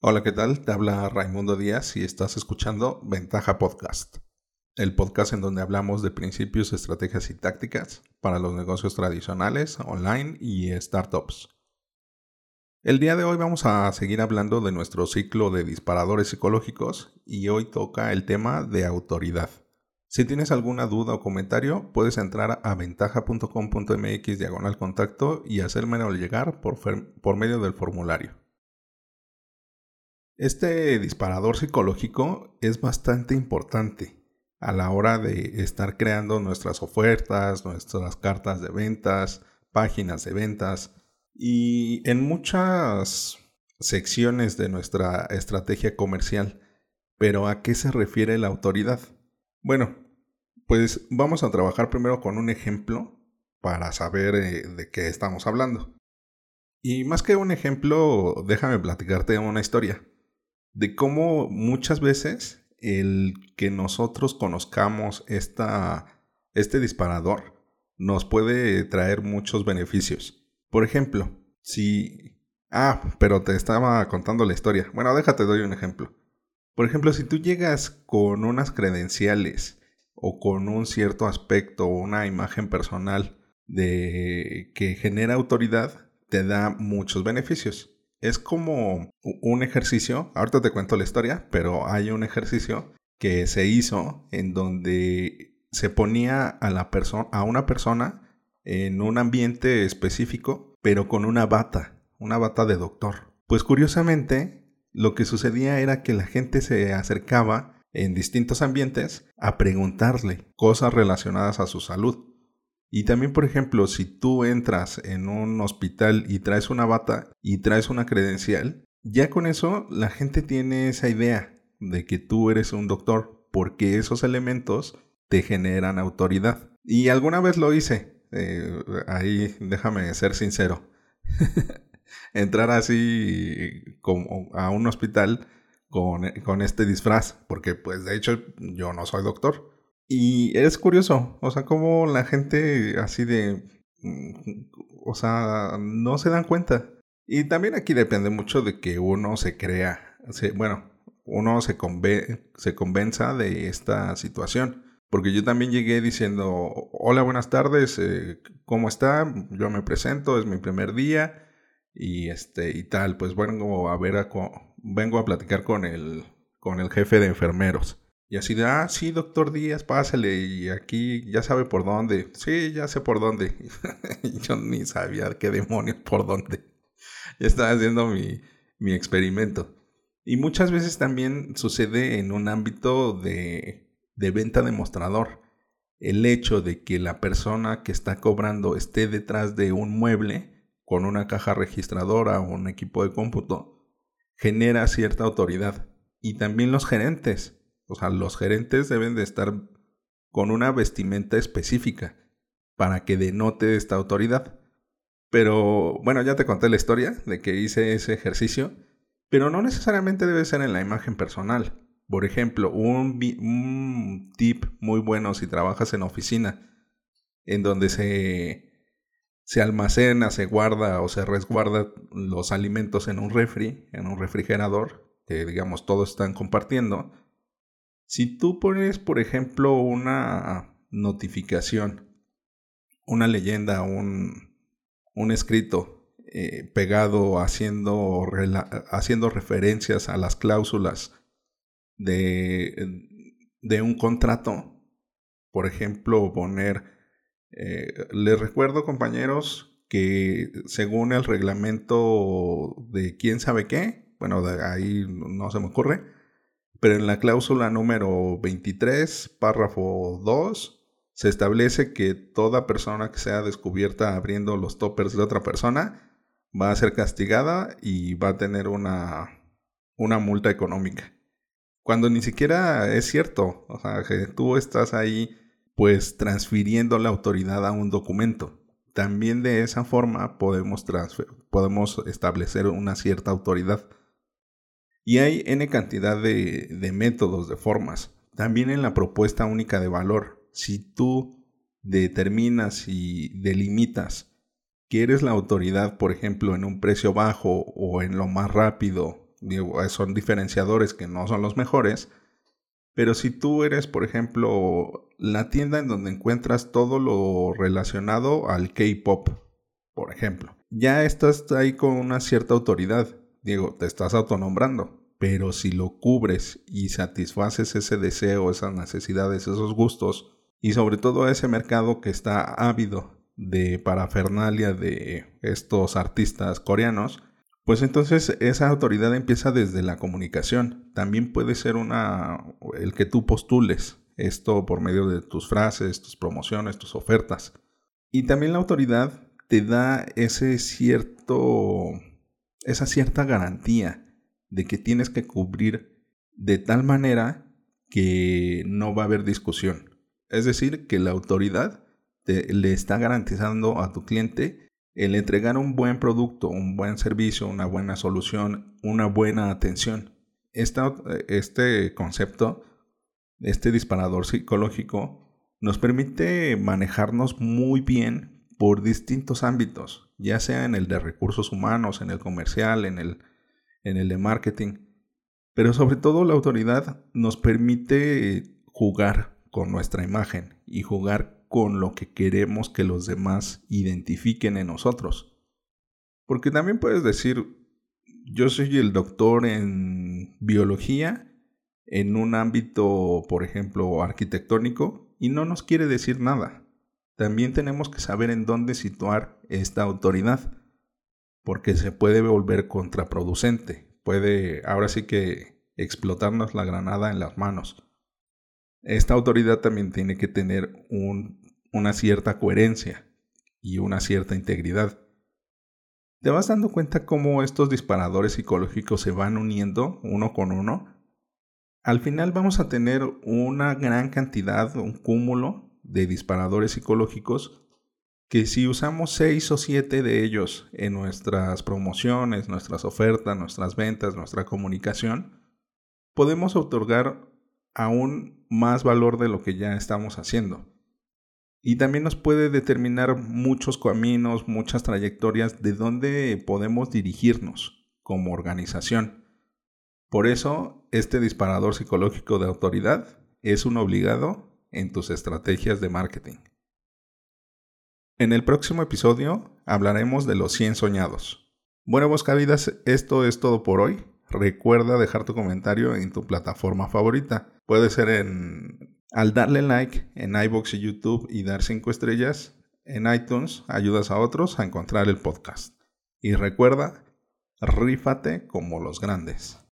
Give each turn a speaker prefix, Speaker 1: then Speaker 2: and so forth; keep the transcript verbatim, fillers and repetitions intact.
Speaker 1: Hola, ¿qué tal? Te habla Raimundo Díaz y estás escuchando Ventaja Podcast, el podcast en donde hablamos de principios, estrategias y tácticas para los negocios tradicionales, online y startups. El día de hoy vamos a seguir hablando de nuestro ciclo de disparadores psicológicos y hoy toca el tema de autoridad. Si tienes alguna duda o comentario, puedes entrar a ventaja punto com punto m x diagonal contacto y hacérmelo llegar por, fer- por medio del formulario. Este disparador psicológico es bastante importante a la hora de estar creando nuestras ofertas, nuestras cartas de ventas, páginas de ventas y en muchas secciones de nuestra estrategia comercial. Pero ¿a qué se refiere la autoridad? Bueno, pues vamos a trabajar primero con un ejemplo para saber eh, de qué estamos hablando. Y más que un ejemplo, déjame platicarte una historia de cómo muchas veces el que nosotros conozcamos esta, este disparador nos puede traer muchos beneficios. Por ejemplo, si... Ah, pero te estaba contando la historia. Bueno, déjate doy un ejemplo. Por ejemplo, si tú llegas con unas credenciales o con un cierto aspecto o una imagen personal de que genera autoridad, te da muchos beneficios. Es como un ejercicio, ahorita te cuento la historia, pero hay un ejercicio que se hizo en donde se ponía a, la perso- a una persona en un ambiente específico, pero con una bata, una bata de doctor. Pues curiosamente, lo que sucedía era que la gente se acercaba en distintos ambientes a preguntarle cosas relacionadas a su salud. Y también, por ejemplo, si tú entras en un hospital y traes una bata y traes una credencial, ya con eso la gente tiene esa idea de que tú eres un doctor, porque esos elementos te generan autoridad. Y alguna vez lo hice, eh, ahí déjame ser sincero. Entrar así como a un hospital con, con este disfraz, porque pues de hecho yo no soy doctor. Y es curioso, o sea, como la gente así de, mm, o sea, no se dan cuenta. Y también aquí depende mucho de que uno se crea, se, bueno, uno se, conve, se convenza de esta situación. Porque yo también llegué diciendo, hola, buenas tardes, eh, ¿cómo está? Yo me presento, es mi primer día y este y tal, pues vengo a ver, a, vengo a platicar con el, con el jefe de enfermeros. Y así de, ah, sí, doctor Díaz, pásale, y aquí ya sabe por dónde. Sí, ya sé por dónde. Y yo ni sabía qué demonios por dónde. Ya estaba haciendo mi, mi experimento. Y muchas veces también sucede en un ámbito de, de venta de mostrador. El hecho de que la persona que está cobrando esté detrás de un mueble con una caja registradora o un equipo de cómputo genera cierta autoridad. Y también los gerentes. O sea, los gerentes deben de estar con una vestimenta específica para que denote esta autoridad. Pero bueno, ya te conté la historia de que hice ese ejercicio, pero no necesariamente debe ser en la imagen personal. Por ejemplo, un, un tip muy bueno si trabajas en oficina, en donde se, se almacena, se guarda o se resguarda los alimentos en un refri, en un refrigerador, que digamos todos están compartiendo. Si tú pones, por ejemplo, una notificación, una leyenda, un, un escrito eh, pegado haciendo, rela- haciendo referencias a las cláusulas de, de un contrato, por ejemplo, poner, eh, les recuerdo, compañeros, que según el reglamento de quién sabe qué, bueno, de ahí no se me ocurre, pero en la cláusula número veintitrés, párrafo dos, se establece que toda persona que sea descubierta abriendo los toppers de otra persona va a ser castigada y va a tener una, una multa económica. Cuando ni siquiera es cierto, o sea, que tú estás ahí pues transfiriendo la autoridad a un documento. También de esa forma podemos, transfer- podemos establecer una cierta autoridad. Y hay N cantidad de, de métodos, de formas. También en la propuesta única de valor, si tú determinas y delimitas que eres la autoridad, por ejemplo, en un precio bajo o en lo más rápido Digo, son diferenciadores que no son los mejores. Pero si tú eres, por ejemplo, la tienda en donde encuentras todo lo relacionado al K-pop, por ejemplo, ya estás ahí con una cierta autoridad. Digo, te estás autonombrando. Pero si lo cubres y satisfaces ese deseo, esas necesidades, esos gustos, y sobre todo a ese mercado que está ávido de parafernalia de estos artistas coreanos, pues entonces esa autoridad empieza desde la comunicación. También puede ser una el que tú postules esto por medio de tus frases, tus promociones, tus ofertas. Y también la autoridad te da ese cierto, esa cierta garantía de que tienes que cubrir de tal manera que no va a haber discusión. Es decir, que la autoridad te, le está garantizando a tu cliente el entregar un buen producto, un buen servicio, una buena solución, una buena atención. Esta, este concepto, este disparador psicológico, nos permite manejarnos muy bien por distintos ámbitos, ya sea en el de recursos humanos, en el comercial, en el en el de marketing, pero sobre todo la autoridad nos permite jugar con nuestra imagen y jugar con lo que queremos que los demás identifiquen en nosotros. Porque también puedes decir, yo soy el doctor en biología en un ámbito, por ejemplo, arquitectónico, y no nos quiere decir nada. También tenemos que saber en dónde situar esta autoridad, porque se puede volver contraproducente. Puede ahora sí que explotarnos la granada en las manos. Esta autoridad también tiene que tener un, una cierta coherencia y una cierta integridad. ¿Te vas dando cuenta cómo estos disparadores psicológicos se van uniendo uno con uno? Al final vamos a tener una gran cantidad, un cúmulo de disparadores psicológicos que si usamos seis o siete de ellos en nuestras promociones, nuestras ofertas, nuestras ventas, nuestra comunicación, podemos otorgar aún más valor de lo que ya estamos haciendo. Y también nos puede determinar muchos caminos, muchas trayectorias de dónde podemos dirigirnos como organización. Por eso, este disparador psicológico de autoridad es un obligado en tus estrategias de marketing. En el próximo episodio hablaremos de los cien soñados. Bueno, Buscavidas, esto es todo por hoy. Recuerda dejar tu comentario en tu plataforma favorita. Puede ser en al darle like en iVoox y YouTube y dar cinco estrellas. En iTunes ayudas a otros a encontrar el podcast. Y recuerda, rífate como los grandes.